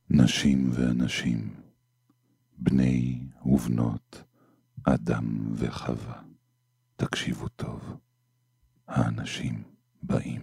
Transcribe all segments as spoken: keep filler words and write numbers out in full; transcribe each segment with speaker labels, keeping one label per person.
Speaker 1: נשים ואנשים, בני ובנות, אדם וחווה. תקשיבו טוב, האנשים באים.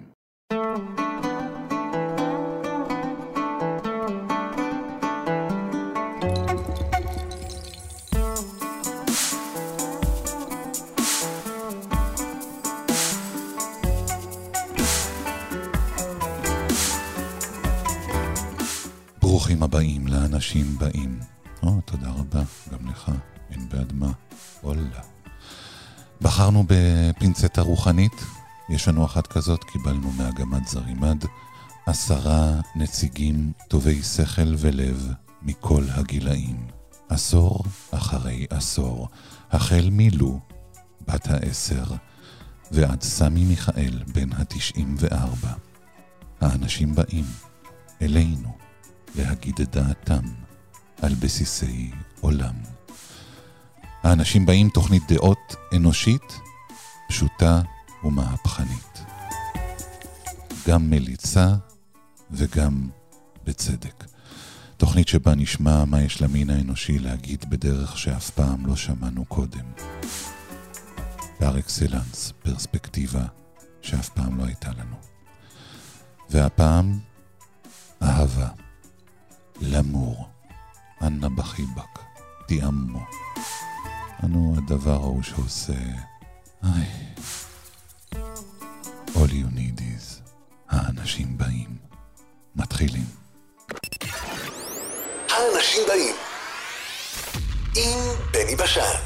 Speaker 1: ברוכים הבאים לאנשים באים. או, תודה רבה, גם לך, אין בעד מה. וואלה. בחרנו בפינצטה רוחנית, יש לנו אחת כזאת, קיבלנו מאגמת זרימד, עשרה נציגים טובי שכל ולב מכל הגילאים. עשור אחרי עשור, החל מילו, בת העשר, ועד סמי מיכאל, בן התשעים וארבע. האנשים באים אלינו להגיד את דעתם על בסיסי עולם. האנשים באים תוכנית דעות אנושית, פשוטה ומהפכנית. גם מליצה וגם בצדק. תוכנית שבה נשמע מה יש למין האנושי להגיד בדרך שאף פעם לא שמענו קודם. פר אקסלנס, פרספקטיבה שאף פעם לא הייתה לנו. והפעם, אהבה. למור, אנה בחיבק, תיאמו. אנו הדבר ההוא שעושה, איי, all you need is, האנשים באים. מתחילים.
Speaker 2: האנשים באים. עם בני בשן.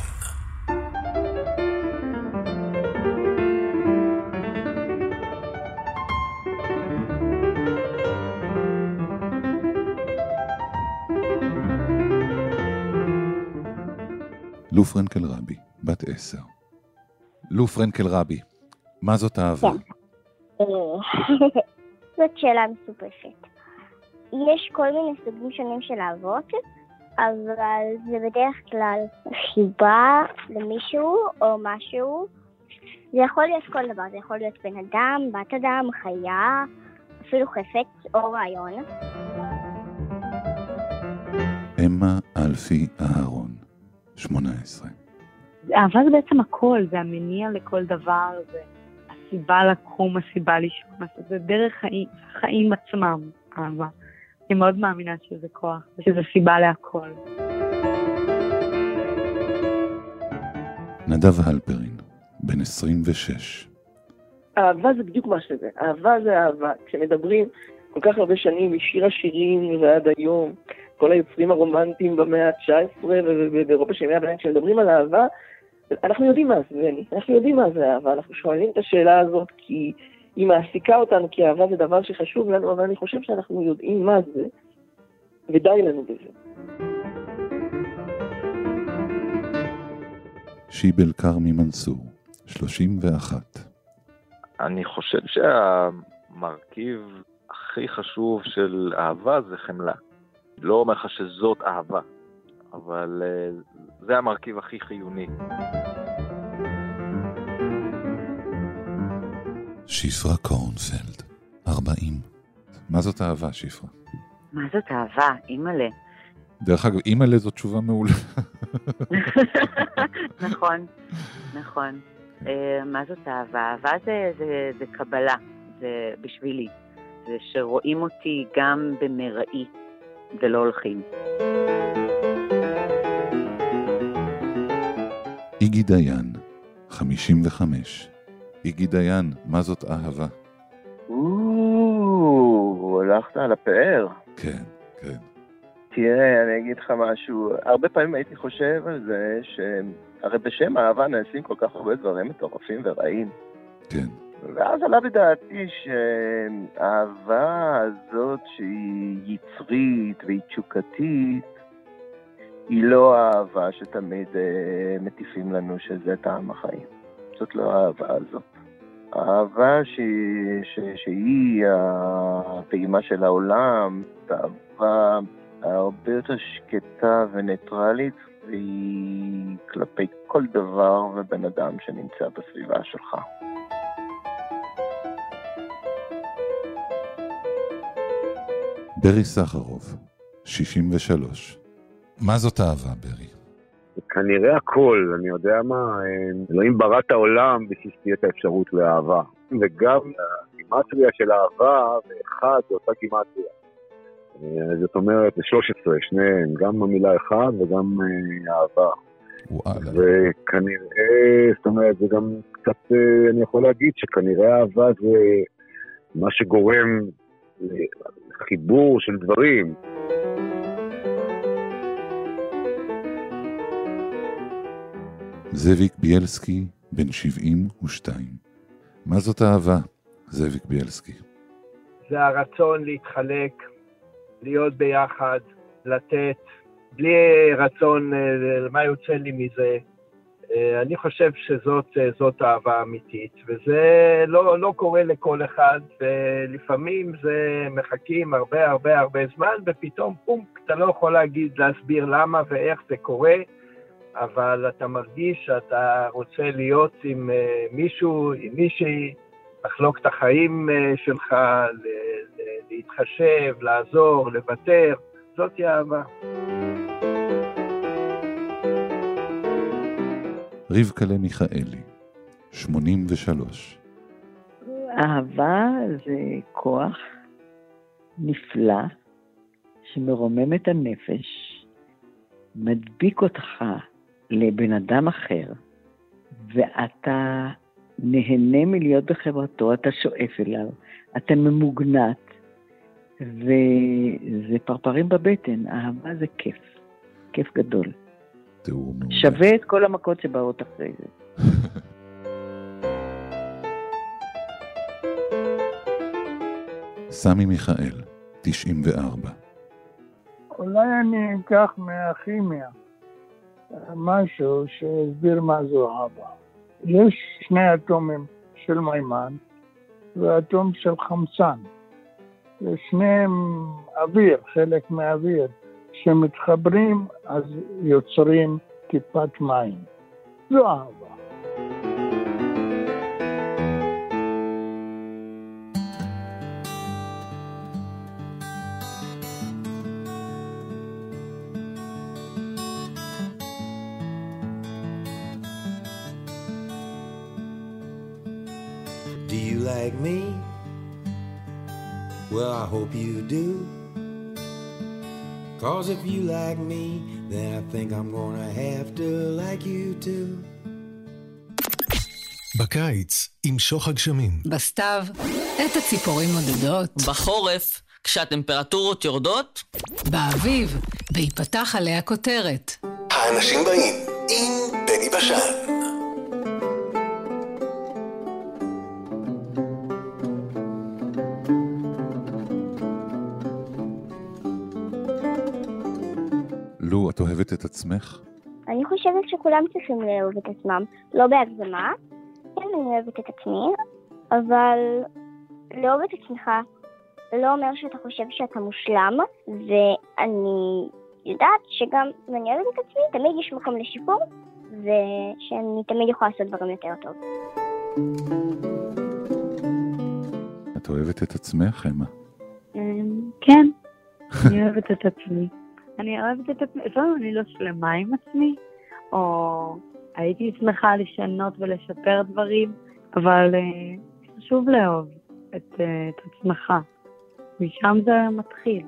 Speaker 1: לו פרנקל רבי, בת עשר. לו פרנקל רבי, מה זאת אהבה?
Speaker 3: זאת שאלה מסופפת. יש כל מיני סוגים שונים של אהבות, אבל זה בדרך כלל חיבה למישהו או משהו. זה יכול להיות כל דבר, זה יכול להיות בן אדם, בת אדם, חיה, אפילו חפץ או רעיון.
Speaker 1: אמה אלפי אהרון, שמונה עשרה.
Speaker 4: אהבה זה בעצם הכל, זה המניע לכל דבר, זה הסיבה לקום, הסיבה לשמוע, זה דרך חיים, חיים עצמם, אהבה. אני מאוד מאמינה שזה כוח, שזה סיבה להכל.
Speaker 1: נדב הלפרין, בן עשרים ושש.
Speaker 5: אהבה זה בדיוק מה שזה, אהבה זה אהבה. כשמדברים כל כך הרבה שנים משיר השירים ועד היום, כל היוצרים הרומנטיים במאה ה-תשע עשרה ובאירופה של ימי הביניים, כשמדברים על אהבה, אנחנו יודעים מה זה, אנחנו יודעים מה זה אהבה, אנחנו שואלים את השאלה הזאת כי היא מעסיקה אותנו, כי אהבה זה דבר שחשוב לנו, אבל אני חושב שאנחנו יודעים מה זה, ודי לנו בזה.
Speaker 1: שיבל קרמי מנסור, שלושים ואחת.
Speaker 6: אני חושב שהמרכיב הכי חשוב של אהבה זה חמלה. לא אומר לך שזאת אהבה, אבל uh, זה המרכיב הכי חיוני.
Speaker 1: שפרה קורנפלד, ארבעים. מה זאת אהבה, שפרה?
Speaker 7: מה זאת אהבה? אימאלה.
Speaker 1: דרך אגב, אימאלה זאת תשובה מעולה.
Speaker 7: נכון, נכון. Uh, מה זאת אהבה? אהבה זה, זה, זה קבלה, זה בשבילי. זה שרואים אותי גם במראי. ולא הולכים.
Speaker 1: איגי דיין, חמישים וחמש. איגי דיין, מה זאת אהבה?
Speaker 8: אוו, הלכת על הפאר.
Speaker 1: כן, כן.
Speaker 8: תראה, אני אגיד לך משהו. הרבה פעמים הייתי חושב על זה, שהרי בשם אהבה נעשים כל כך הרבה דברים מטורפים ורעים.
Speaker 1: כן.
Speaker 8: ואז עלה בדעתי שהאהבה הזאת שהיא יצרית והיא תשוקתית, היא לא האהבה שתמיד אה, מטיפים לנו שזה טעם החיים. זאת לא האהבה הזאת. האהבה שהיא, ש, שהיא הפעימה של העולם, האהבה הרבה יותר שקטה וניטרלית, והיא כלפי כל דבר ובן אדם שנמצא בסביבה שלך.
Speaker 1: ברי סחרוב, שישים ושלוש. מה זאת אהבה, ברי?
Speaker 9: כנראה הכל, אני יודע מה, אלוהים ברא את העולם בשביל שתהיה את האפשרות לאהבה. וגם הגימטריה של אהבה, ואחד זה אותה גימטריה. זאת אומרת, זה שלוש עשרה, שניהם, גם המילה אחד וגם אהבה.
Speaker 1: וואלה.
Speaker 9: וכנראה, זאת אומרת, זה גם קצת, אני יכול להגיד שכנראה אהבה זה מה שגורם לחיבור של דברים.
Speaker 1: זאביק בילסקי, בן שבעים ושתיים. מה זאת אהבה, זאביק בילסקי?
Speaker 10: זה הרצון להתחלק, להיות ביחד, לתת, בלי רצון מה יוצא לי מזה. אני חושב שזאת זאת אהבה אמיתית, וזה לא, לא קורה לכל אחד, ולפעמים זה מחכים הרבה הרבה הרבה זמן, ופתאום פום, אתה לא יכול להגיד, להסביר למה ואיך זה קורה, אבל אתה מרגיש שאתה רוצה להיות עם מישהו, עם מישהי, לחלוק את החיים שלך, להתחשב, לעזור, לוותר, זאת היא אהבה.
Speaker 1: רבקה מיכאלי, שמונים ושלוש.
Speaker 11: אהבה זה כוח נפלא שמרומם את הנפש, מדביק אותך לבן אדם אחר, ואתה נהנה מלהיות בחברתו, אתה שואף אליו, אתה ממוגנת, וזה פרפרים בבטן. אהבה זה כיף, כיף גדול. שווה את כל המכות שבאות אחרי זה.
Speaker 1: סמי מיכאל, תשעים וארבע.
Speaker 12: אולי אני אקח מהכימיה משהו שהסביר מה זו אהבה. יש שני אטומים של מימן ואטום של חמצן. שניהם אוויר, חלק מהאוויר, שמתחברים אז יוצרים טיפת מים. זו אהבה.
Speaker 13: Do you like me? Well, I hope you do. Cause if you like me, then I think I'm gonna have to like you too.
Speaker 2: בקיץ, עם שוך הגשמים.
Speaker 14: בסתיו, את הציפורים מודדות.
Speaker 15: בחורף, כשהטמפרטורות יורדות.
Speaker 14: באביב, בהיפתח עליה כותרת.
Speaker 2: האנשים באים עם בני בשן.
Speaker 1: לו, את אוהבת את עצמך?
Speaker 3: אני חושבת שכולם צריכים לאהוב את עצמם, לא בהגזמה. כן, אני אוהבת את עצמי, אבל לאהוב את עצמך לא אומר שאתה חושב שאתה מושלם, ואני יודעת שגם אם אני אוהבת את עצמי, תמיד יש מקום לשיפור, ושאני תמיד יכולה לעשות דברים יותר טוב.
Speaker 1: את אוהבת את עצמך, אמה?
Speaker 4: כן, אני אוהבת את עצמי. אני אוהבת את עצמי, לפעמים אני לא שלמה עם עצמי, או הייתי שמחה לשנות ולשפר דברים, אבל uh, חשוב לאהוב את, uh, את עצמך, משם זה מתחיל.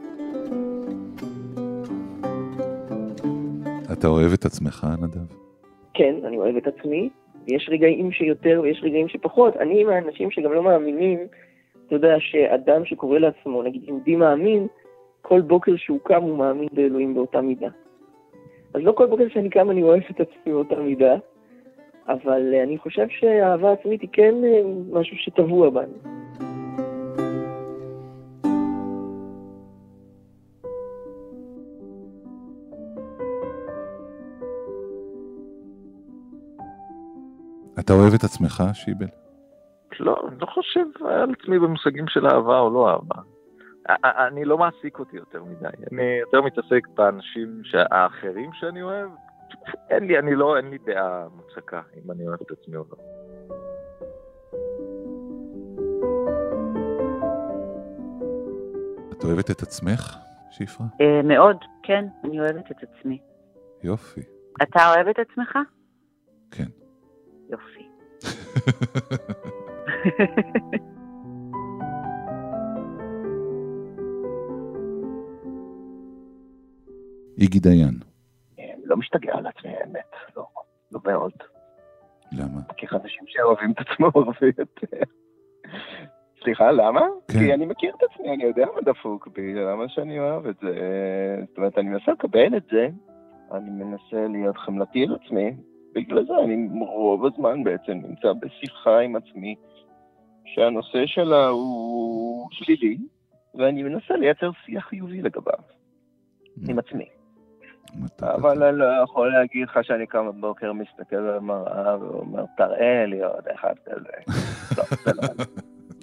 Speaker 1: אתה אוהב את עצמך, נדב?
Speaker 5: כן, אני אוהב את עצמי, ויש רגעים שיותר ויש רגעים שפחות. אני מהאנשים שגם לא מאמינים, אתה יודע, שאדם שקורא לעצמו, נגיד יהודי מאמין, כל בוקר שהוא קם הוא מאמין באלוהים באותה מידה. אז לא כל בוקר שאני קם אני אוהב את עצמי באותה מידה, אבל אני חושב שהאהבה עצמית היא כן משהו שטבוע בנו.
Speaker 1: אתה אוהב את עצמך, שיבל?
Speaker 6: לא, אני לא חושב על עצמי במושגים של אהבה או לא אהבה. אני לא מעסיק אותי יותר מדי, אני יותר מתעסק באנשים האחרים שאני אוהב, אין לי, אני לא, אין לי דעה מוצקה אם אני אוהב את עצמי או לא.
Speaker 1: את אוהבת את עצמך, שפרה?
Speaker 7: Uh, מאוד, כן, אני אוהבת את עצמי.
Speaker 1: יופי.
Speaker 7: אתה אוהב את עצמך?
Speaker 1: כן.
Speaker 7: יופי.
Speaker 1: איגי דיין.
Speaker 8: לא משתגע על עצמי, האמת. לא, לא מאוד.
Speaker 1: למה?
Speaker 8: מכיר אנשים שאוהבים את עצמו הרבה יותר. סליחה, למה?
Speaker 1: כן.
Speaker 8: כי אני מכיר את עצמי, אני יודע מה דפוק בי, למה שאני אוהב את זה. זאת אומרת, אני מנסה לקבל את זה, אני מנסה להיות חמלתי על עצמי, בגלל זה אני רוב הזמן בעצם נמצא בשיחה עם עצמי, שהנושא שלה הוא שלילי, ואני מנסה לייצר שיח חיובי לגביו, עם עצמי. אבל אני לא יכול להגיד לך שאני קם בבוקר מסתכל על המראה ואומר, תראה לי עוד אחד כזה. לא, זה לא אני.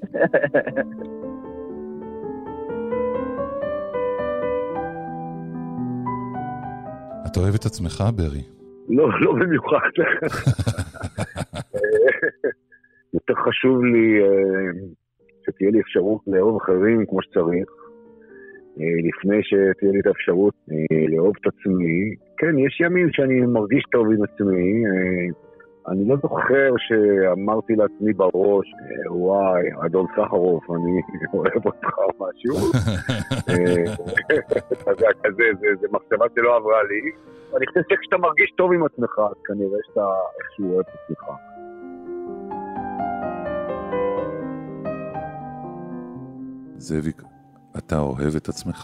Speaker 1: אתה אוהב את עצמך, ברי?
Speaker 9: לא, לא במיוחד. יותר חשוב לי שתהיה לי אפשרות לאהוב אחרים כמו שצריך, לפני שתהיה לי את האפשרות לאהוב את עצמי. כן, יש ימים שאני מרגיש טוב עם עצמי. אני לא זוכר שאמרתי לעצמי בראש, וואי, אדון סחרוף, אני אוהב אותך או משהו. זה כזה, זה מחשבה שלא עברה לי. אני חושב שכשאתה מרגיש טוב עם עצמך, אז כנראה שאתה איכשהו אוהב את עצמך.
Speaker 1: זאביק, אתה אוהב את עצמך?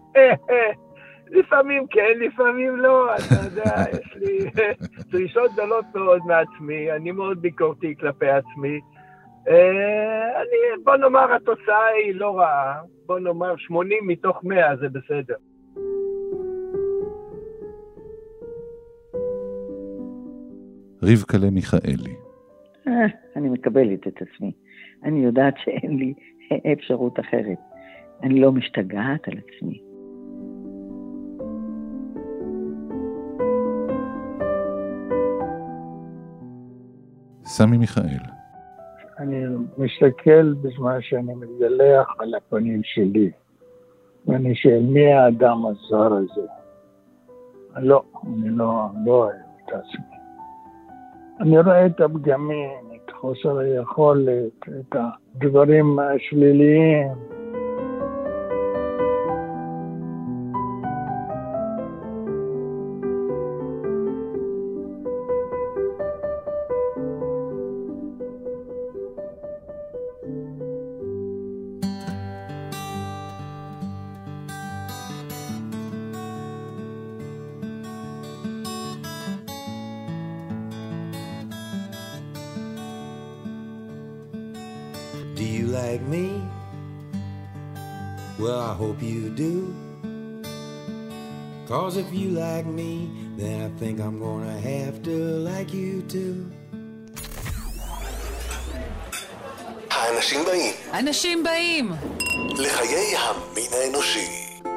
Speaker 10: לפעמים כן, לפעמים לא, אתה יודע, יש לי דרישות גדולות מאוד מעצמי, אני מאוד ביקורתי כלפי עצמי. אני, בוא נאמר, התוצאה היא לא רעה, בוא נאמר שמונים מתוך מאה, זה בסדר.
Speaker 1: רבקה למיכאלי.
Speaker 11: אני מקבלת את עצמי. אני יודעת שאין לי אפשרות אחרת. אני לא משתגעת על עצמי.
Speaker 1: סמי מיכאל.
Speaker 12: אני מסתכל בזמן שאני מתגלח על הפנים שלי, ואני שואל, מי האדם הזר הזה? לא, אני לא, לא אוהב את עצמי. אני רואה את הפגמים, את חוסר היכולת, את הדברים השליליים.
Speaker 13: Do you like me? Well, I hope you do. 'Cause if you like me, then I think I'm gonna have to like you too.
Speaker 2: האנשים באים.
Speaker 14: אנשים באים.
Speaker 2: לחיי המין האנושי.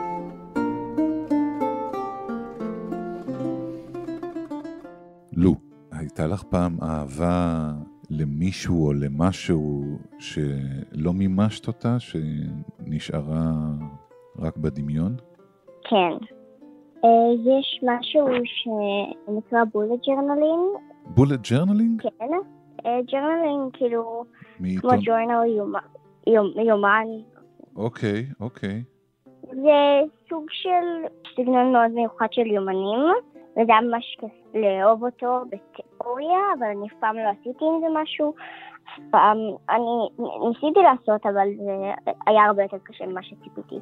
Speaker 1: לו, הייתה לך פעם אהבה למישהו או למשהו שלא מימשת אותה, שנשארה רק בדמיון?
Speaker 3: כן. יש משהו שנקרא בולט ג'רנלינג.
Speaker 1: בולט ג'רנלינג?
Speaker 3: כן. ג'רנלינג כאילו
Speaker 1: מאיתו?
Speaker 3: כמו ג'ורנל יומן.
Speaker 1: אוקיי, אוקיי.
Speaker 3: זה סוג של סגנון מאוד מיוחד של יומנים, וזה היה ממש כיף לאהוב אותו בתיאוריה, אבל אני אף פעם לא עשיתי עם זה משהו. פעם אני ניסיתי לעשות, אבל זה היה הרבה יותר קשה ממה שציפיתי.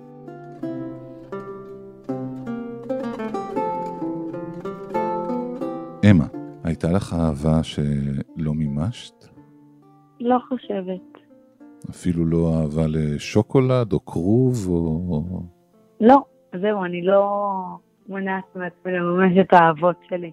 Speaker 1: אמה, הייתה לך אהבה שלא מימשת?
Speaker 4: לא חושבת.
Speaker 1: אפילו לא אהבה לשוקולד או כרוב או...
Speaker 4: לא, זהו, אני לא מונעת מעצמי לממש את האהבות שלי.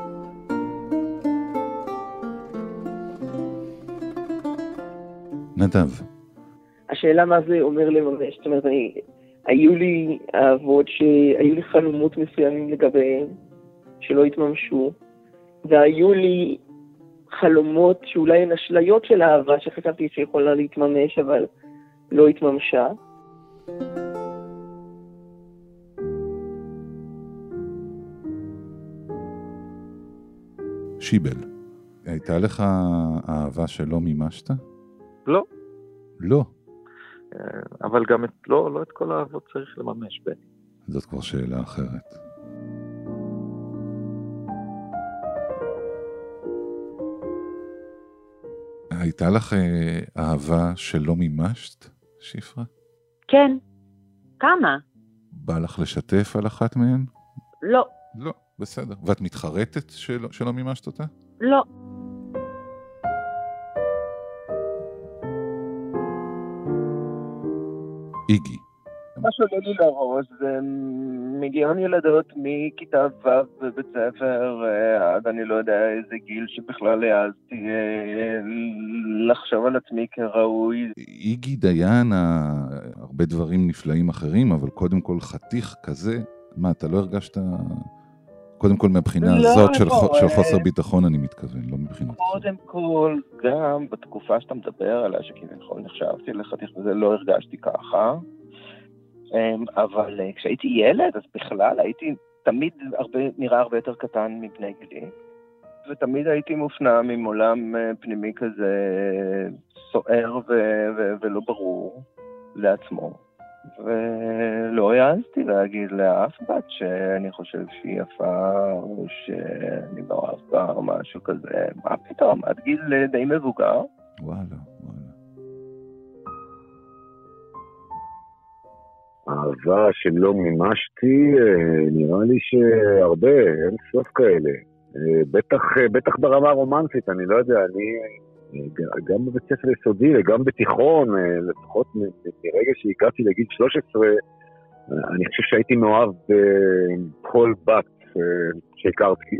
Speaker 1: נדב.
Speaker 5: השאלה מה זה אומר לממש, זאת אומרת, אני, היו לי אהבות שהיו לי חלומות מסוימים לגביהם, שלא התממשו, והיו לי חלומות שאולי הן אשליות של אהבה שחשבתי שיכולה להתממש, אבל לא התממשה.
Speaker 1: שיבל, הייתה לך אהבה שלא מימשת?
Speaker 6: לא.
Speaker 1: לא.
Speaker 6: אבל גם את, לא, לא את כל האהבות צריך לממש, בני.
Speaker 1: זאת כבר שאלה אחרת. הייתה לך אהבה שלא מימשת, שפרה?
Speaker 7: כן. כמה?
Speaker 1: בא לך לשתף על אחת מהן?
Speaker 7: לא.
Speaker 1: לא, בסדר. ואת מתחרטת שלא, שלא מימשת אותה?
Speaker 7: לא.
Speaker 1: איגי.
Speaker 8: מה שעולה לי לראש זה מיליון ילדות מכיתה ו' בבית ספר עד אני לא יודע איזה גיל שבכלל העזתי לחשוב על עצמי כראוי.
Speaker 1: איגי דיין, הרבה דברים נפלאים אחרים, אבל קודם כל חתיך כזה, מה, אתה לא הרגשת, קודם כל מהבחינה
Speaker 8: לא,
Speaker 1: הזאת של,
Speaker 8: לא,
Speaker 1: של חוסר ביטחון אני מתכוון, לא מבחינת.
Speaker 8: קודם כל, גם בתקופה שאתה מדבר עליה, שכביכול נחשבתי לחתיך וזה לא הרגשתי ככה. אבל כשהייתי ילד, אז בכלל הייתי תמיד הרבה, נראה הרבה יותר קטן מבני גילי, ותמיד הייתי מופנם עם עולם פנימי כזה סוער ו- ו- ולא ברור לעצמו. ולא העזתי להגיד לאף בת שאני חושב שהיא יפה, או שאני מאוהב בה, או משהו כזה. מה פתאום? עד גיל די מבוגר.
Speaker 1: וואלה.
Speaker 9: אהבה שלא מימשתי, נראה לי שהרבה, אין סוף כאלה. בטח, בטח ברמה רומנטית, אני לא יודע, אני גם בבית ספר יסודי וגם בתיכון, לפחות מרגע שהגעתי לגיל שלוש עשרה, אני חושב שהייתי מאוהב בכל בת שהכרתי.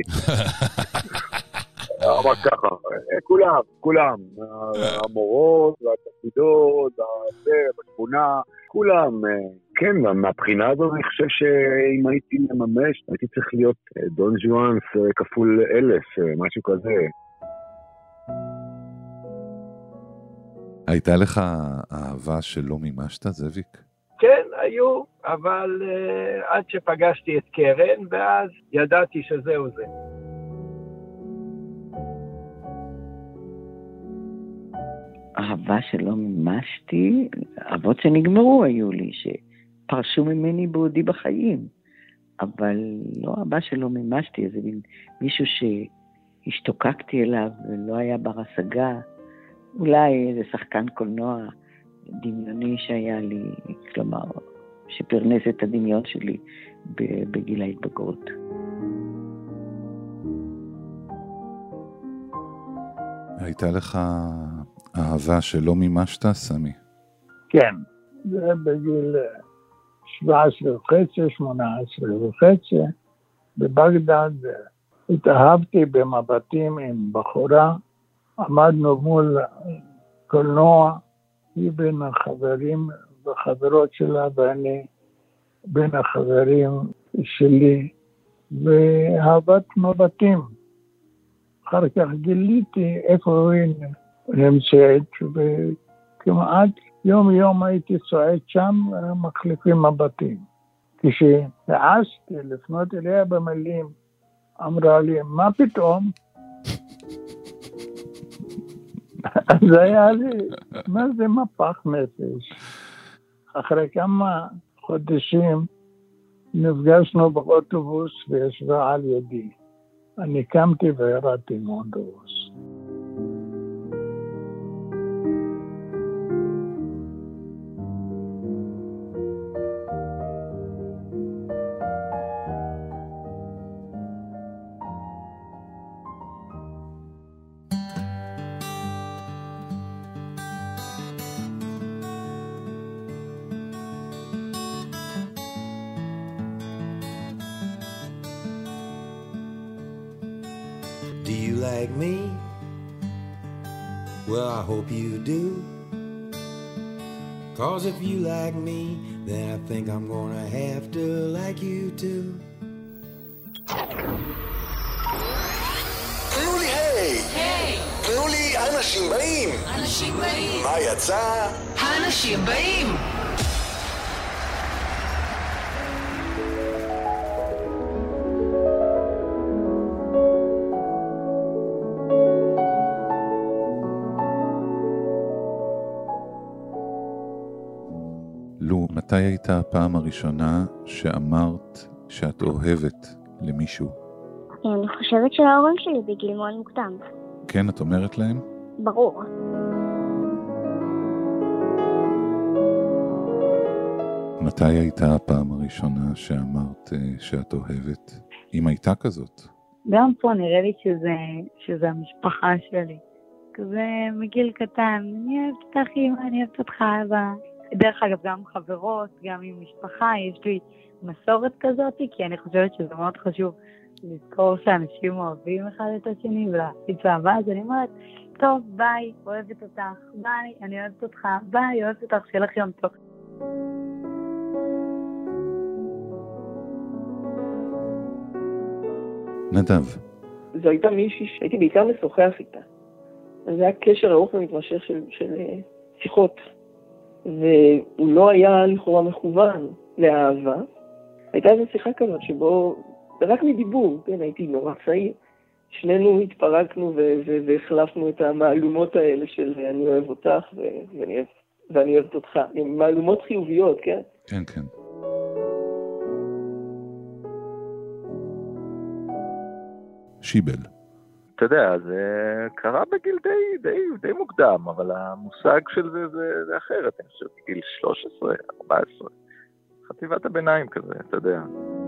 Speaker 9: אבל ככה, כולם, כולם, המורות, והתפקידות, בשכונה, כולם, כן, מהבחינה הזאת אני חושב שאם הייתי ממש, הייתי צריך להיות דון ז'ואנס כפול אלף, משהו כזה.
Speaker 1: הייתה לך אהבה שלא מימשת, זאביק?
Speaker 10: כן, היו, אבל uh, עד שפגשתי את קרן, ואז ידעתי שזהו זה.
Speaker 11: אהבה שלא מימשתי, אהבות שנגמרו היו לי, שפרשו ממני בעודי בחיים, אבל לא אהבה שלא מימשתי, זה מישהו שהשתוקקתי אליו ולא היה בר השגה, אולי איזה שחקן קולנוע דמיוני שהיה לי, כלומר, שפרנס את הדמיון שלי בגיל ההתבגרות.
Speaker 1: הייתה לך אהבה שלא מימשת, סמי?
Speaker 12: כן, זה בגיל שבע עשרה וחצי, שמונה עשרה וחצי, בבגדד התאהבתי במבטים עם בחורה, עמדנו מול קולנוע, היא בין החברים וחברות שלה ואני בין החברים שלי, ואהבת מבטים. אחר כך גיליתי איפה היא נמצאת, וכמעט יום יום הייתי צועד שם, מחליפים מבטים. כשהעזתי לפנות אליה במילים, אמרה לי, מה פתאום? אז היה לי, מה זה מפח נפש? אחרי כמה חודשים נפגשנו באוטובוס וישבה על ידי. אני קמתי וירדתי מאוטובוס.
Speaker 13: Do you like me? Well, I hope you do. 'Cause if you like me, then I think I'm gonna have to like you too.
Speaker 2: תנו לי היי! היי! תנו לי אנשים באים!
Speaker 14: אנשים באים!
Speaker 2: מה יצא?
Speaker 14: האנשים באים!
Speaker 1: מתי הייתה הפעם הראשונה שאמרת שאת אוהבת למישהו?
Speaker 3: אני חושבת שההורים שלי בגיל מאוד מוקדם.
Speaker 1: כן, את אומרת להם?
Speaker 3: ברור.
Speaker 1: מתי הייתה הפעם הראשונה שאמרת שאת אוהבת? אם הייתה כזאת.
Speaker 4: גם פה נראה לי שזה, שזה המשפחה שלי. כזה מגיל קטן, אני אוהבת אותך אמא, אני אוהבת אותך אבא. דרך אגב, גם חברות, גם עם משפחה, יש לי מסורת כזאת, כי אני חושבת שזה מאוד חשוב לזכור שאנשים אוהבים אחד את השני ולהפיץ אהבה, אז אני אומרת, טוב, ביי, אוהבת אותך, ביי, אני אוהבת אותך, ביי, אוהבת אותך, שיהיה לך יום טוב.
Speaker 1: נדב.
Speaker 5: זו הייתה מישהי שהייתי בעיקר משוחח איתה. זה היה קשר ארוך ומתמשך של, של שיחות. והוא לא היה לכאורה מכוון לאהבה. הייתה איזו שיחה כזאת שבו, רק מדיבור, כן, הייתי נורא צעיר. שנינו התפרקנו ו- ו- והחלפנו את המעלומות האלה של אני אוהב אותך ו- ואני, אוהב, ואני אוהבת אותך. מעלומות חיוביות, כן?
Speaker 1: כן, כן. שיבל.
Speaker 6: אתה יודע, זה קרה בגיל די, די, די מוקדם, אבל המושג של זה זה, זה אחרת. אני חושב בגיל שלוש עשרה, ארבע עשרה. חטיבת הביניים כזה, אתה יודע.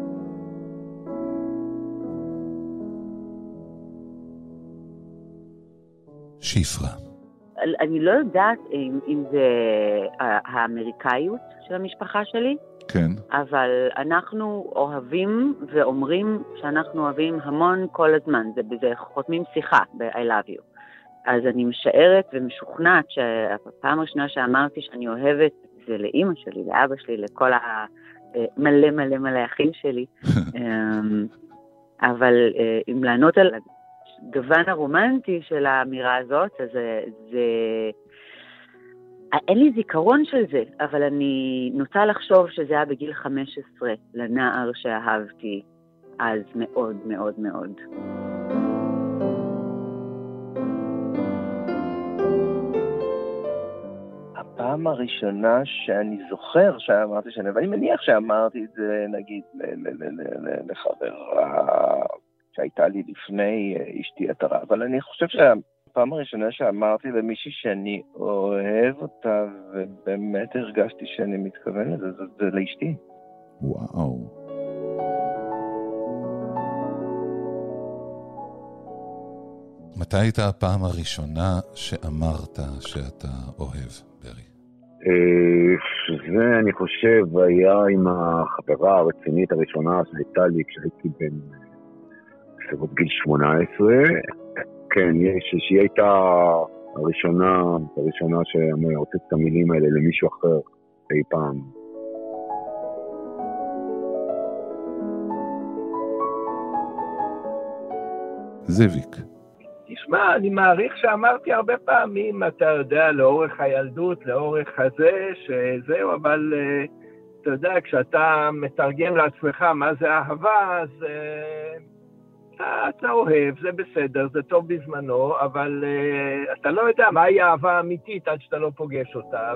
Speaker 1: שיפרה.
Speaker 7: אני לא יודעת אם, אם זה האמריקאיות של המשפחה שלי.
Speaker 1: כן.
Speaker 7: אבל אנחנו אוהבים ואומרים שאנחנו אוהבים המון כל הזמן. זה בזה חותמים שיחה ב-I love you. אז אני משערת ומשוכנעת שהפעם הראשונה שאמרתי שאני אוהבת זה לאמא שלי, לאבא שלי, לכל המלא מלא מלא אחים שלי. אבל אם לענות על הגוון הרומנטי של האמירה הזאת, אז זה... זה אין לי זיכרון של זה, אבל אני נוטה לחשוב שזה היה בגיל חמש עשרה לנער שאהבתי אז מאוד מאוד מאוד.
Speaker 8: הפעם הראשונה שאני זוכר שאמרתי שאני, ואני מניח שאמרתי את זה נגיד לחברה שהייתה לי לפני אשתי התרה, אבל אני חושב שה... הפעם הראשונה שאמרתי למישהי שאני אוהב אותה, ובאמת הרגשתי שאני מתכוון לזה, זה, זה לאשתי.
Speaker 1: וואו. מתי הייתה הפעם הראשונה שאמרת שאתה אוהב, ברי?
Speaker 9: זה, אני חושב, היה עם החברה הרצינית הראשונה שהייתה לי כשהייתי בן סביבות גיל שמונה עשרה. כן, שהיא הייתה הראשונה, הראשונה שהוצאת את המילים האלה למישהו אחר אי פעם.
Speaker 1: זאביק.
Speaker 10: תשמע, אני מעריך שאמרתי הרבה פעמים, אתה יודע, לאורך הילדות, לאורך הזה, שזהו, אבל אתה יודע, כשאתה מתרגם לעצמך מה זה אהבה, אז... אתה אוהב, זה בסדר, זה טוב בזמנו, אבל uh, אתה לא יודע מהי האהבה האמיתית עד שאתה לא פוגש אותה.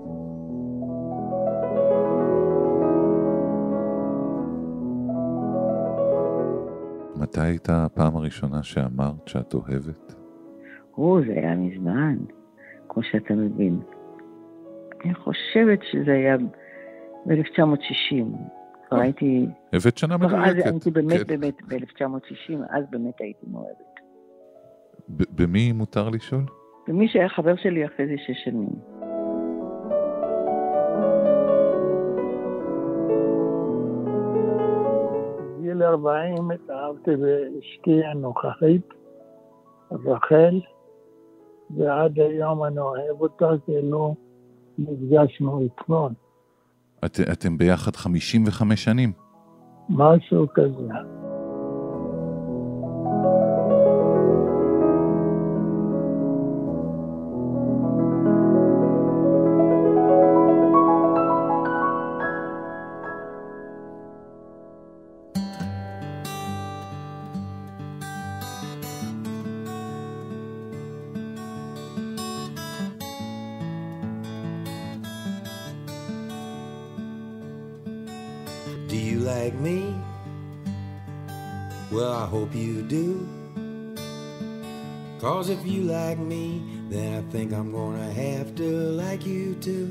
Speaker 1: מתי הייתה הפעם הראשונה שאמרת שאת אוהבת?
Speaker 11: או, זה היה מזמן, כמו שאתה מבין. אני חושבת שזה היה ב-אלף תשע מאות שישים. כבר הייתי...
Speaker 1: הבאת שנה מדויקת.
Speaker 11: אז הייתי באמת באמת ב-אלף תשע מאות שישים, אז באמת הייתי מאוהבת.
Speaker 1: במי מותר לשאול?
Speaker 11: במי שהיה חבר שלי אחרי זה שש שנים.
Speaker 12: בגיל ארבעים התאהבתי באשתי הנוכחית, רחל, ועד היום אני אוהב אותה, כאילו נפגשנו אתמול.
Speaker 1: את, אתם ביחד חמישים וחמש שנים?
Speaker 12: משהו כזה.
Speaker 13: like me, well, I hope you do. 'Cause if you like me, then I think I'm gonna have to like you too.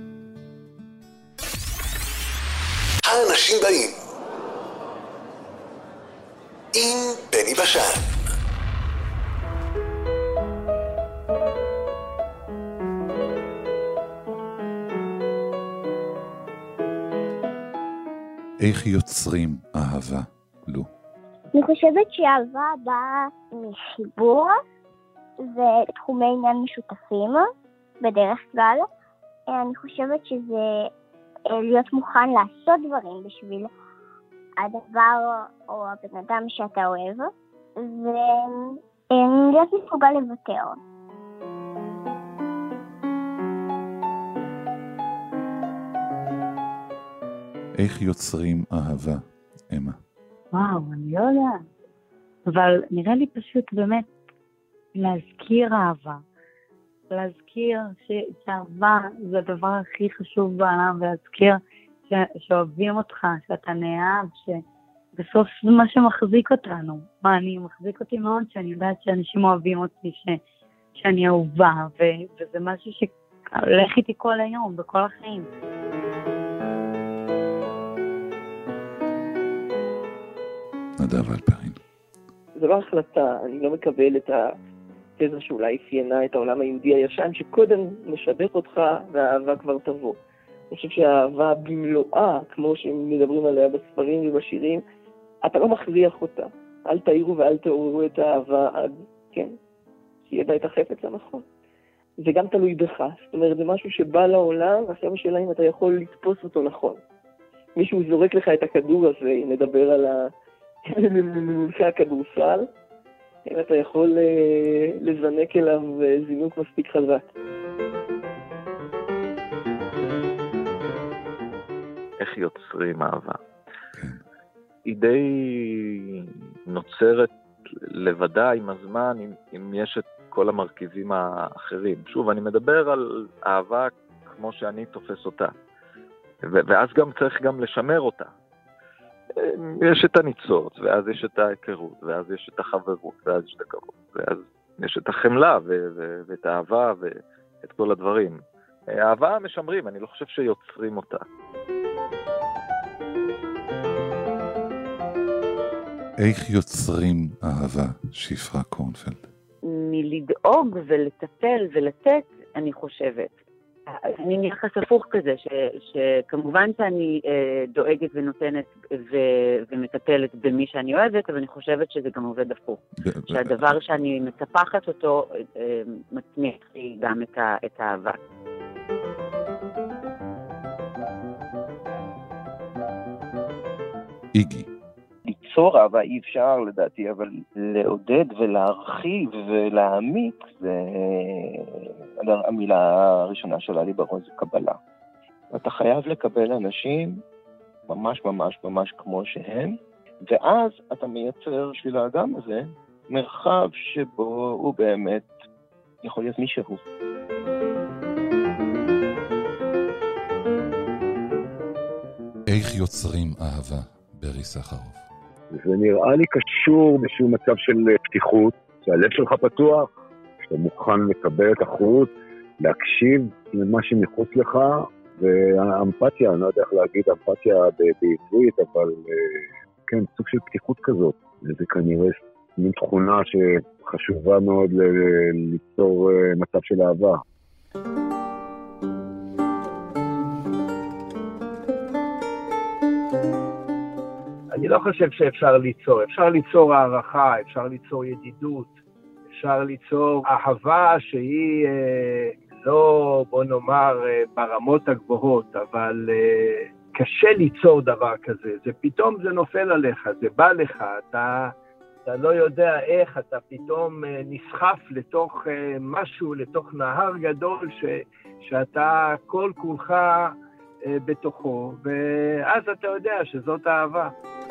Speaker 2: האנשים באים עם בני בשן.
Speaker 1: איך יוצרים אהבה, לו?
Speaker 3: אני חושבת שאהבה באה מחיבור ותחומי עניין משותפים בדרך כלל. אני חושבת שזה להיות מוכן לעשות דברים בשביל הדבר או הבן אדם שאתה אוהב, ולהיות מסוגל לוותר.
Speaker 1: איך יוצרים אהבה, אמה?
Speaker 4: וואו, אני לא יודעת. אבל נראה לי פשוט באמת להזכיר אהבה. להזכיר ש- שאהבה זה הדבר הכי חשוב בעולם, ולהזכיר ש- שאוהבים אותך, שאתה נאהב, שבסוף זה מה שמחזיק אותנו. מה, אני מחזיק אותי מאוד, שאני יודעת שאנשים אוהבים אותי, ש- שאני אהובה, ו- וזה משהו שהולך איתי כל היום, בכל החיים.
Speaker 1: נדב אלפרין.
Speaker 5: זו לא החלטה, אני לא מקבל את התזה שאולי אפיינה את העולם היהודי הישן, שקודם משבח אותך והאהבה כבר תבוא. אני חושב שהאהבה במלואה, כמו שמדברים עליה בספרים ובשירים, אתה לא מכריח אותה. אל תאירו ואל תעוררו את האהבה עד, כן, שיהיה בה את החפץ הנכון. זה גם תלוי בך, זאת אומרת, זה משהו שבא לעולם, ועכשיו השאלה אם אתה יכול לתפוס אותו נכון. מישהו זורק לך את הכדור הזה, אם נדבר על ה... למלכי הכדורסל, אם אתה יכול לזנק אליו זינוק מספיק חזק.
Speaker 6: איך יוצרים אהבה? היא די נוצרת לבדה עם הזמן, אם, אם יש את כל המרכיבים האחרים. שוב, אני מדבר על אהבה כמו שאני תופס אותה, ו- ואז גם צריך גם לשמר אותה. יש את הניצוץ, ואז יש את ההיכרות, ואז יש את החברות, ואז יש את הכבוד, ואז יש את החמלה, ו- ו- ואת האהבה, ואת כל הדברים. האהבה משמרים, אני לא חושב שיוצרים אותה.
Speaker 1: איך יוצרים אהבה, שפרה קורנפלד?
Speaker 7: מלדאוג ולטפל ולתת, אני חושבת. אני מיחס הפוך כזה, ש, שכמובן שאני אה, דואגת ונותנת ו, ומטפלת במי שאני אוהבת, אבל אני חושבת שזה גם עובד הפוך. שהדבר שאני מטפחת אותו אה, מצמיח לי גם את, ה, את האהבה.
Speaker 1: איגי.
Speaker 8: ליצור אהבה אי אפשר לדעתי, אבל לעודד ולהרחיב ולהעמיק, זה המילה הראשונה שעולה לי בראש, זה קבלה. אתה חייב לקבל אנשים ממש ממש ממש כמו שהם, ואז אתה מייצר בשביל האדם הזה מרחב שבו הוא באמת יכול להיות מישהו.
Speaker 1: איך יוצרים אהבה, ברי סחרוף?
Speaker 9: זה נראה לי קשור בשביל מצב של פתיחות, שהלב שלך פתוח, שאתה מוכן לקבל את החוץ, להקשיב למה שמחוץ לך, והאמפתיה, אני לא יודע איך להגיד אמפתיה בעברית, אבל כן, סוג של פתיחות כזאת. זה כנראה מין תכונה שחשובה מאוד ליצור מצב של אהבה.
Speaker 10: אני לא חושב שאפשר ליצור, אפשר ליצור הערכה, אפשר ליצור ידידות, אפשר ליצור אהבה שהיא אה, לא, בוא נאמר, אה, ברמות הגבוהות, אבל אה, קשה ליצור דבר כזה, זה פתאום זה נופל עליך, זה בא לך, אתה, אתה לא יודע איך, אתה פתאום אה, נסחף לתוך אה, משהו, לתוך נהר גדול ש, שאתה כל כולך אה, בתוכו, ואז אתה יודע שזאת אהבה.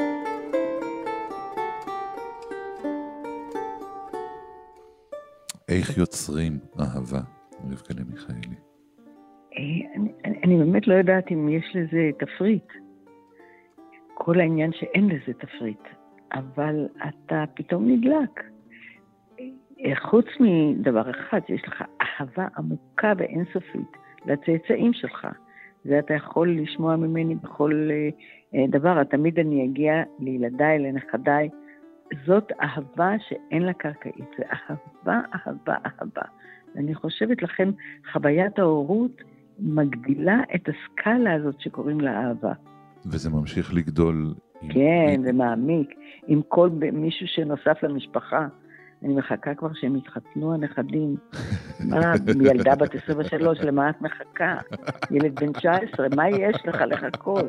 Speaker 1: איך יוצרים אהבה, רבקה למיכאלי?
Speaker 11: אני, אני, אני באמת לא יודעת אם יש לזה תפריט. כל העניין שאין לזה תפריט, אבל אתה פתאום נדלק. חוץ מדבר אחד, יש לך אהבה עמוקה ואינסופית לצאצאים שלך. זה אתה יכול לשמוע ממני בכל דבר. תמיד אני אגיע לילדיי, לנכדיי. זאת אהבה שאין לה קרקעית. זה אהבה, אהבה, אהבה. ואני חושבת לכם, חוויית ההורות מגדילה את הסקאלה הזאת שקוראים לה אהבה.
Speaker 1: וזה ממשיך לגדול.
Speaker 11: כן, זה מעמיק. עם כל מישהו שנוסף למשפחה. אני מחכה כבר שהם יתחתנו הנכדים. מה, ילדה בת עשרים ושלוש, למה את מחכה? ילד בן תשע עשרה, מה יש לך לחכות?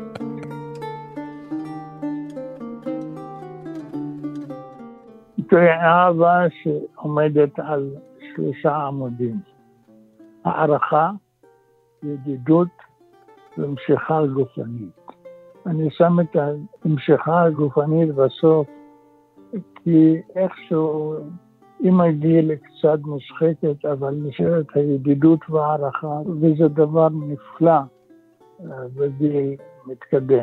Speaker 12: זוהי אהבה שעומדת על שלושה עמודים. הערכה, ידידות ומשיכה גופנית. אני שם את המשיכה הגופנית בסוף, כי איכשהו, עם הגיל קצת משחקת, אבל נשארת הידידות והערכה, וזה דבר נפלא בגיל מתקדם.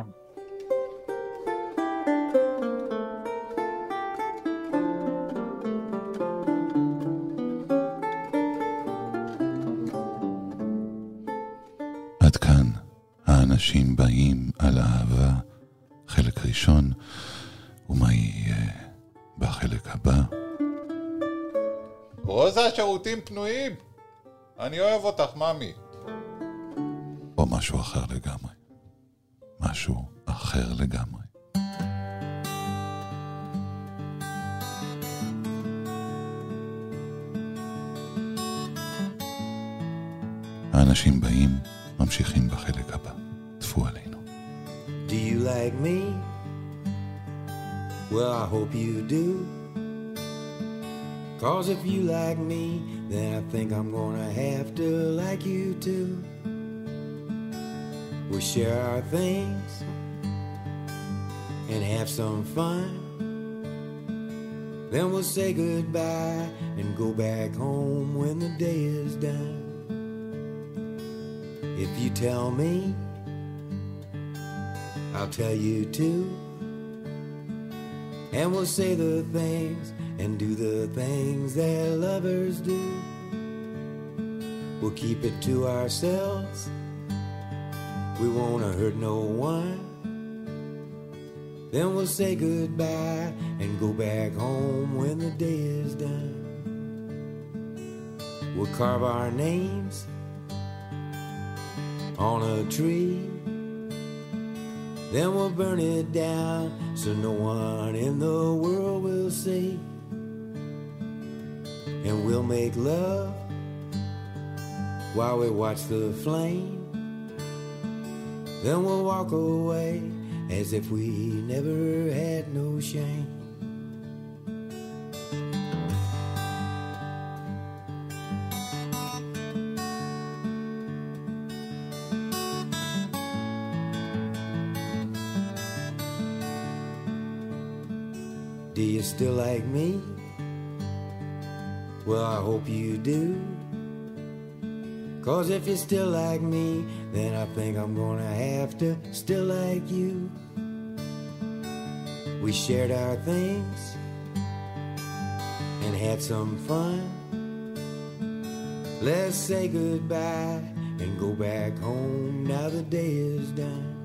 Speaker 1: עד כאן, האנשים באים על אהבה, חלק ראשון, ומה יהיה בחלק הבא?
Speaker 16: רוזה, השירותים פנויים. אני אוהב אותך, ממי.
Speaker 1: או משהו אחר לגמרי. משהו אחר לגמרי. האנשים באים, ממשיכים בחלק הבא. תפו עלינו.
Speaker 13: Do you like me? Well, I hope you do. Cause if you like me, then I think I'm gonna have to like you too. We'll share our things and have some fun. Then we'll say goodbye and go back home when the day is done. If you tell me, I'll tell you too. And we'll say the things and do the things that lovers do. We'll keep it to ourselves. We won't hurt no one. Then we'll say goodbye and go back home when the day is done. We'll carve our names on a tree. Then we'll burn it down so no one in the world will see. And we'll make love while we watch the flame. Then we'll walk away as if we never had no shame. Do you still like me? Well, I hope you do. Cause if you still like me, then I think I'm gonna have to still like you. We shared our things and had some fun. Let's say goodbye and go back home now the day is done.